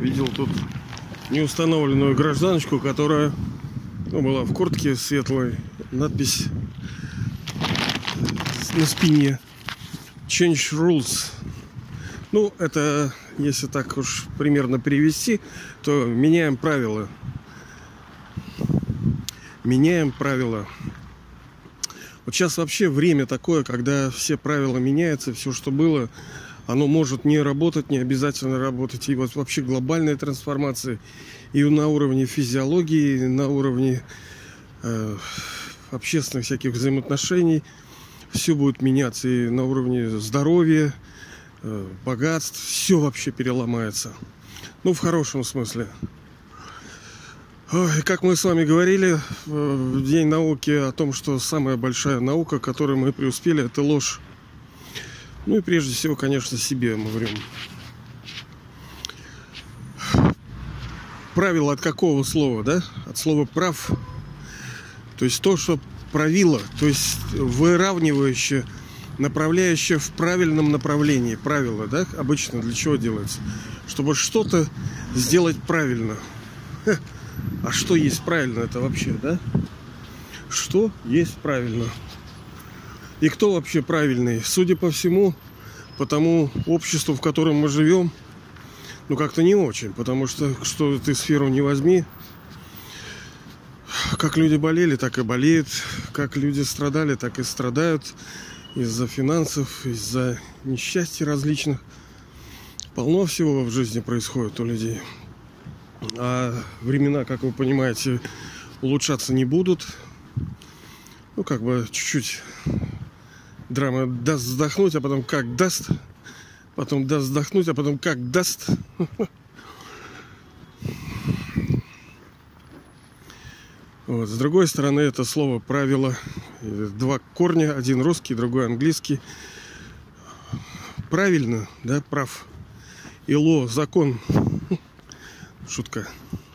видел тут неустановленную гражданочку, которая была в куртке светлой, надпись на спине Change Rules. Ну, это, если так уж примерно перевести, то меняем правила. Меняем правила. Вот сейчас вообще время такое, когда все правила меняются, все, что было, оно может не работать, не обязательно работать. И вот вообще глобальная трансформация и на уровне физиологии, и на уровне общественных всяких взаимоотношений. Все будет меняться и на уровне здоровья, богатств. Все вообще переломается. Ну, в хорошем смысле. Ой, как мы с вами говорили в День науки о том, что самая большая наука, которой мы преуспели, это ложь. Ну и прежде всего, конечно, себе мы говорим. Правило от какого слова, да? От слова прав. То есть то, что правило, то есть выравнивающее, направляющее в правильном направлении. Правило, да? Обычно для чего делается? Чтобы что-то сделать правильно. А что есть правильно это вообще, да? Что есть правильно? И кто вообще правильный? Судя по всему, по тому обществу, в котором мы живем, ну как-то не очень. Потому что ты сферу не возьми. Как люди болели, так и болеют. Как люди страдали, так и страдают. Из-за финансов, из-за несчастий различных. Полно всего в жизни происходит у людей. А времена, как вы понимаете, улучшаться не будут. Ну, как бы чуть-чуть драма даст вздохнуть, а потом как даст. Потом даст вздохнуть, а потом как даст. Вот. С другой стороны, это слово правило. Два корня, один русский, другой английский. Правильно, да, прав. И ло, закон. Шутка.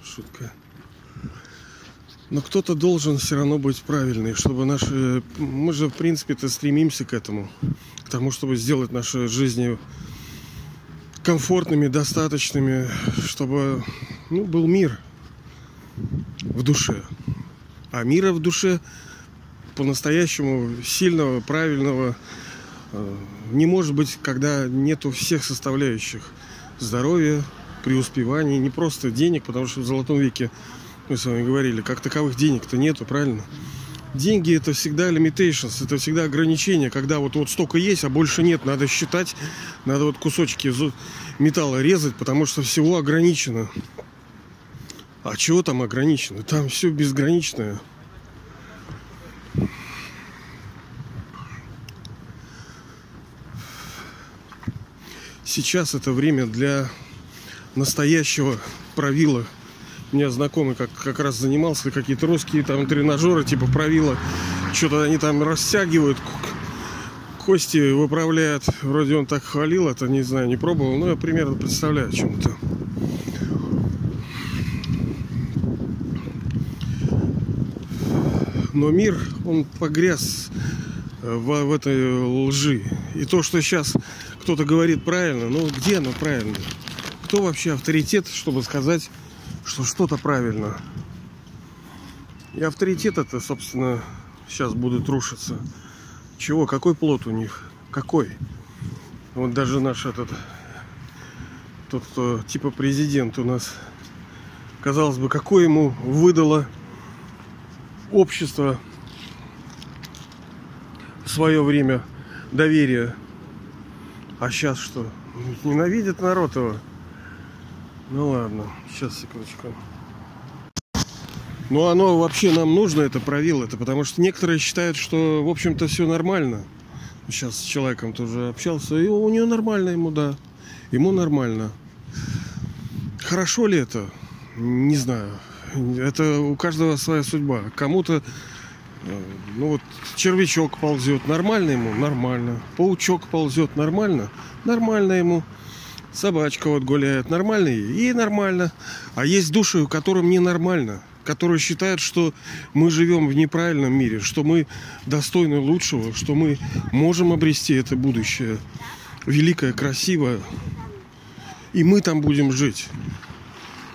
Но кто-то должен все равно быть правильный, чтобы наши... Мы же, в принципе-то, стремимся к этому. К тому, чтобы сделать наши жизни комфортными, достаточными, чтобы, был мир в душе. А мира в душе по-настоящему сильного, правильного не может быть, когда нету всех составляющих. Здоровья, преуспеваний, не просто денег, потому что в Золотом веке, мы с вами говорили, как таковых денег-то нету, правильно? Деньги — это всегда limitations, это всегда ограничения, когда вот столько есть, а больше нет, надо считать, надо вот кусочки металла резать, потому что всего ограничено. А чего там ограничено? Там все безграничное. Сейчас это время для настоящего правила. У меня знакомый как раз занимался, какие-то русские там тренажеры типа правила. Что-то они там растягивают, кости выправляют. Вроде он так хвалил, это не знаю, не пробовал, но я примерно представляю, о чем это. Но мир, он погряз в этой лжи. И то, что сейчас кто-то говорит правильно, где оно правильно? Кто вообще авторитет, чтобы сказать, что что-то правильно? И авторитет это, собственно, сейчас будет рушиться. Чего? Какой плод у них? Какой? Вот даже наш тот, кто типа президент у нас, казалось бы, какое ему выдало общество в свое время доверие. А сейчас что? Ненавидит народ его. Ну ладно, сейчас, секундочку. Ну оно вообще нам нужно, это правило, это потому что некоторые считают, что в общем-то все нормально. Сейчас с человеком тоже общался, и у него нормально, ему нормально. Хорошо ли это? Не знаю. Это у каждого своя судьба. Кому-то, червячок ползет, нормально ему? Нормально. Паучок ползет, нормально? Нормально ему. Собачка гуляет, нормально ей? И нормально. А есть души, которым ненормально, которые считают, что мы живем в неправильном мире, что мы достойны лучшего, что мы можем обрести это будущее великое, красивое, и мы там будем жить.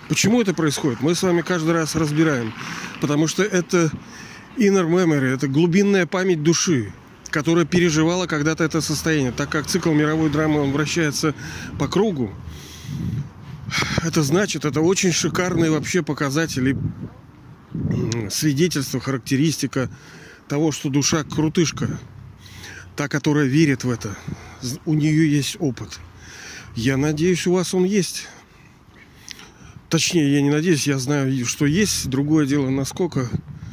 Почему это происходит? Мы с вами каждый раз разбираем. Потому что это inner memory, это глубинная память души, которая переживала когда-то это состояние. Так как цикл мировой драмы, он вращается по кругу, это значит, это очень шикарные вообще показатели, свидетельство, характеристика того, что душа крутышка, та, которая верит в это. У нее есть опыт. Я надеюсь, у вас он есть. Точнее, я не надеюсь, я знаю, что есть. Другое дело, насколько.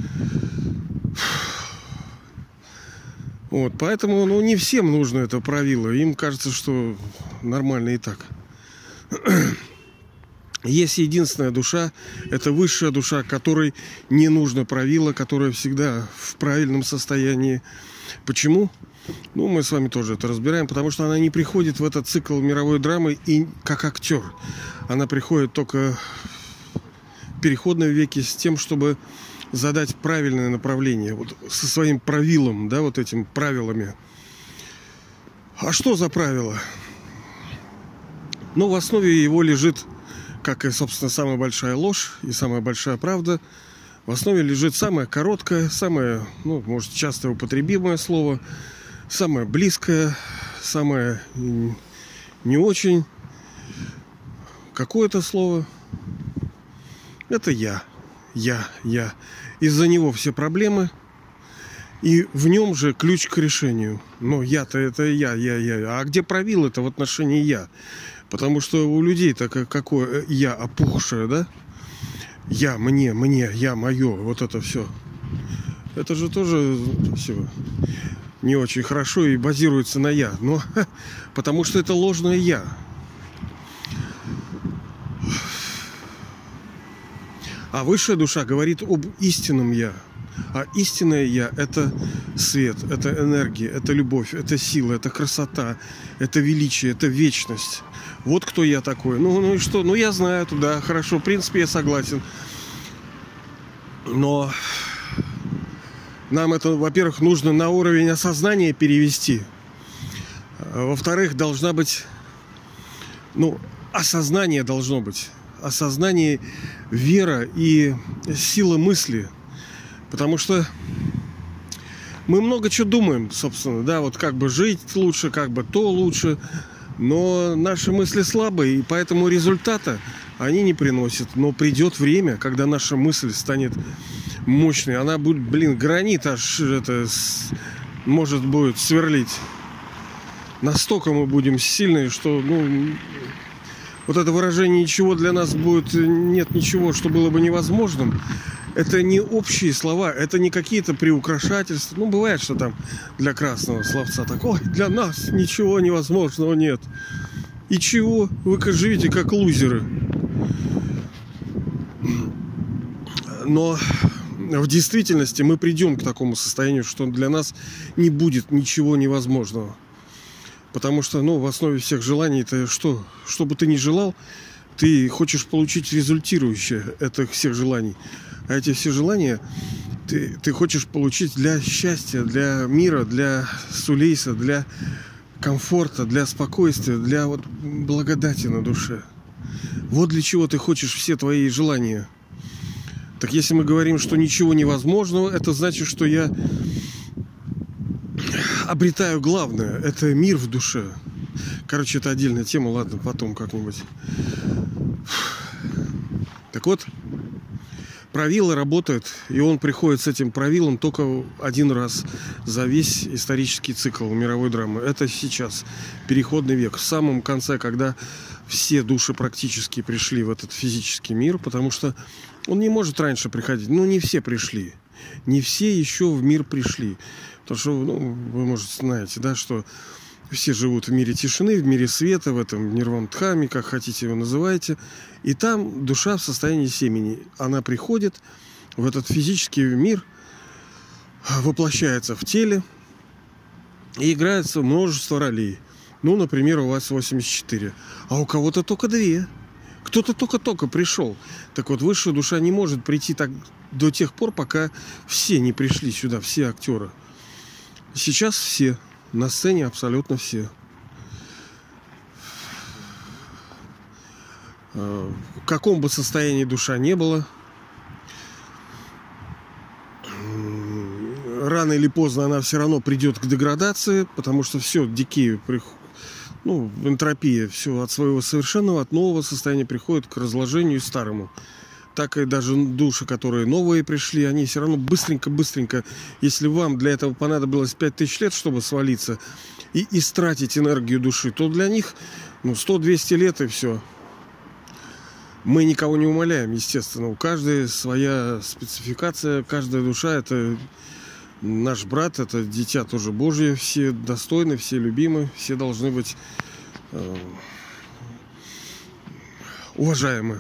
Вот, поэтому, не всем нужно это правило. Им кажется, что нормально и так. Есть единственная душа, это высшая душа, которой не нужно правило, которая всегда в правильном состоянии. Почему? Мы с вами тоже это разбираем, потому что она не приходит в этот цикл мировой драмы и как актер. Она приходит только в переходном веке с тем, чтобы задать правильное направление, вот со своим правилом, да, вот этим правилами. А что за правило? В основе его лежит, как и, собственно, самая большая ложь и самая большая правда, в основе лежит самое короткое, самое, может, часто употребимое слово, самое близкое, самое не очень какое-то слово. Это я. Из-за него все проблемы, и в нем же ключ к решению. Но я-то это я. А где правило-то в отношении я? Потому что у людей-то какое я опухшее, да? Я, мне, я, мое, вот это все. Это же тоже все не очень хорошо и базируется на я. Но потому что это ложное я. А высшая душа говорит об истинном я. А истинное я – это свет, это энергия, это любовь, это сила, это красота, это величие, это вечность. Вот кто я такой. Ну и что? Я знаю это, да, хорошо, в принципе, я согласен. Но нам это, во-первых, нужно на уровень осознания перевести. Во-вторых, должна быть, осознание должно быть. Осознание, вера и сила мысли. Потому что мы много чего думаем, собственно, да, вот как бы жить лучше, как бы то лучше, но наши мысли слабые, и поэтому результата они не приносят. Но придет время, когда наша мысль станет мощной, она будет, гранит аж может будет сверлить. Настолько мы будем сильные, что, вот это выражение «ничего для нас будет, нет ничего, что было бы невозможным», это не общие слова, это не какие-то приукрашательства. Бывает, что там для красного словца такое, для нас ничего невозможного нет. И чего? Вы живите как лузеры. Но в действительности мы придем к такому состоянию, что для нас не будет ничего невозможного. Потому что, в основе всех желаний это что? Что бы ты ни желал, ты хочешь получить результирующее этих всех желаний. А эти все желания ты хочешь получить для счастья, для мира, для сулейса, для комфорта, для спокойствия, для благодати на душе. Вот для чего ты хочешь все твои желания. Так если мы говорим, что ничего невозможного, это значит, что я обретаю главное. Это мир в душе. Короче, это отдельная тема, ладно, потом как-нибудь. Так вот, правило работает, и он приходит с этим правилом только один раз за весь исторический цикл мировой драмы. Это сейчас, переходный век, в самом конце, когда все души практически пришли в этот физический мир, потому что он не может раньше приходить. Не все пришли. Не все еще в мир пришли. Потому что, вы, может, знаете, да, что все живут в мире тишины, в мире света, в этом нирван-дхаме, как хотите его называйте. И там душа в состоянии семени. Она приходит в этот физический мир, воплощается в теле и играется множество ролей. Например, у вас 84, а у кого-то только 2. Кто-то только-только пришел. Так вот, высшая душа не может прийти так до тех пор, пока все не пришли сюда, все актеры. Сейчас все. На сцене абсолютно все. В каком бы состоянии душа не была, рано или поздно она все равно придет к деградации, потому что все, дикие, энтропия, все от своего совершенного, от нового состояния приходит к разложению старому. Так и даже души, которые новые пришли, они все равно быстренько, если вам для этого понадобилось 5000 лет, чтобы свалиться и истратить энергию души, то для них 100-200 лет и все. Мы никого не умаляем, естественно. У каждой своя спецификация, каждая душа — это наш брат, это дитя тоже Божье. Все достойны, все любимы, все должны быть уважаемы.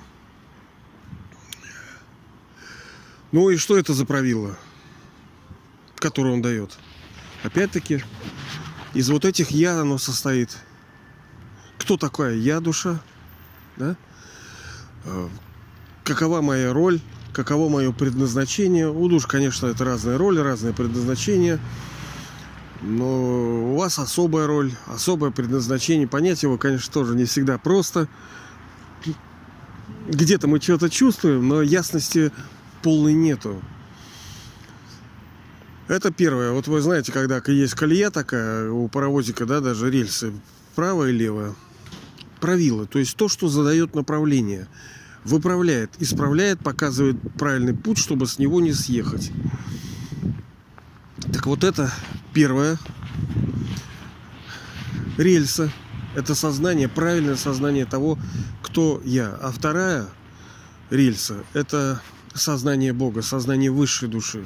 Ну и что это за правило, которое он дает? Опять-таки, из вот этих «я» оно состоит. Кто такая я, душа? Да? Какова моя роль? Каково мое предназначение? У душ, конечно, это разные роли, разные предназначения. Но у вас особая роль, особое предназначение. Понять его, конечно, тоже не всегда просто. Где-то мы что-то чувствуем, но ясности полной нету. Это первое. Вот вы знаете, когда есть колея такая у паровозика, да, даже рельсы, правая и левая, правило, то есть то, что задает направление, выправляет, исправляет, показывает правильный путь, чтобы с него не съехать. Так вот, это первое рельса, это сознание, правильное сознание того, кто я. А вторая рельса — это сознание Бога, сознание высшей души.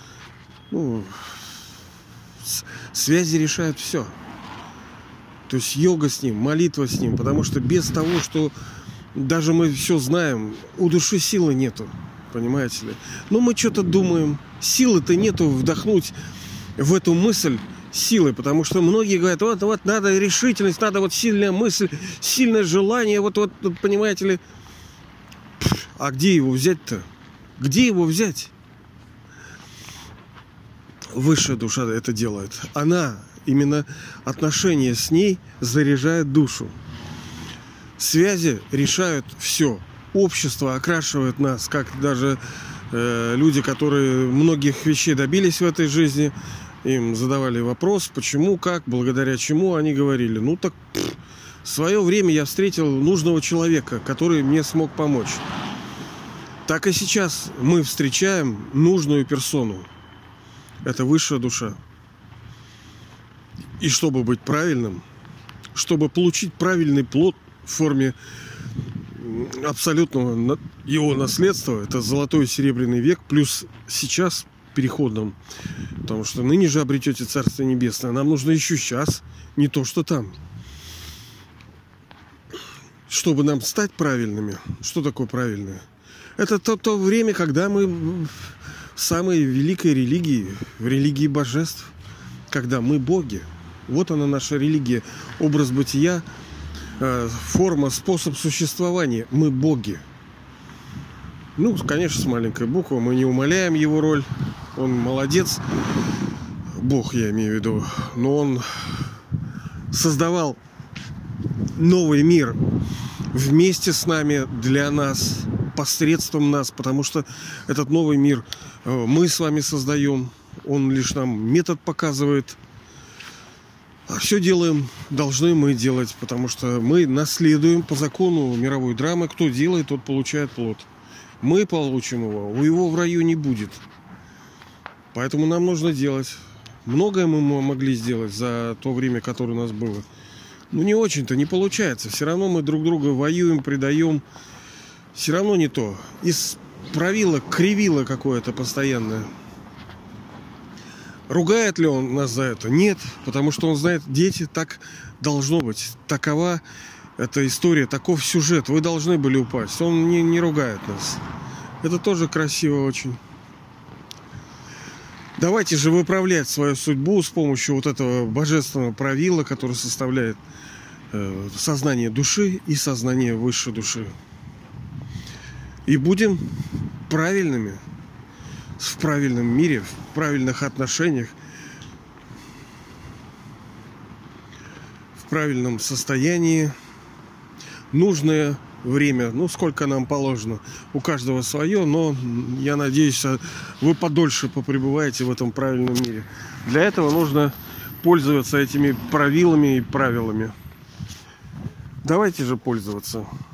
Связи решают все. То есть йога с ним, молитва с ним. Потому что без того, что даже мы все знаем, у души силы нету. Понимаете ли? Но мы что-то думаем. Силы-то нету вдохнуть в эту мысль силы. Потому что многие говорят, вот надо решительность, надо вот сильная мысль, сильное желание. Вот, понимаете ли? А где его взять-то? Где его взять? Высшая душа это делает. Она, именно отношения с ней заряжает душу. Связи решают все. Общество окрашивает нас, как даже люди, которые многих вещей добились в этой жизни. Им задавали вопрос, почему, как, благодаря чему. Они говорили, в свое время я встретил нужного человека, который мне смог помочь. Так и сейчас мы встречаем нужную персону. Это высшая душа. И чтобы быть правильным, чтобы получить правильный плод в форме абсолютного его наследства, это золотой и серебряный век, плюс сейчас переходном. Потому что ныне же обретете Царство Небесное. Нам нужно еще сейчас, не то что там. Чтобы нам стать правильными. Что такое правильное? Это то время, когда мы в самой великой религии, в религии божеств, когда мы боги. Вот она наша религия, образ бытия, форма, способ существования. Мы боги. Конечно, с маленькой буквы. Мы не умаляем его роль. Он молодец. Бог, я имею в виду. Но он создавал новый мир вместе с нами, для нас, посредством нас. Потому что этот новый мир мы с вами создаем. Он лишь нам метод показывает. А все делаем, должны мы делать, потому что мы наследуем по закону мировой драмы. Кто делает, тот получает плод. Мы получим его, у его в раю не будет. Поэтому нам нужно делать. Многое мы могли сделать за то время, которое у нас было. Не очень-то, не получается. Все равно мы друг друга воюем, предаем. Все равно не то. Из правила, кривило какое-то постоянное. Ругает ли он нас за это? Нет, потому что он знает, дети, так должно быть. Такова эта история, таков сюжет. Вы должны были упасть. Он не ругает нас. Это тоже красиво очень. Давайте же выправлять свою судьбу с помощью вот этого божественного правила, которое составляет сознание души и сознание высшей души. И будем правильными. В правильном мире, в правильных отношениях, в правильном состоянии. Нужное время, ну, сколько нам положено. У каждого свое, но я надеюсь, вы подольше попребываете в этом правильном мире. Для этого нужно пользоваться этими правилами и правилами. Давайте же пользоваться.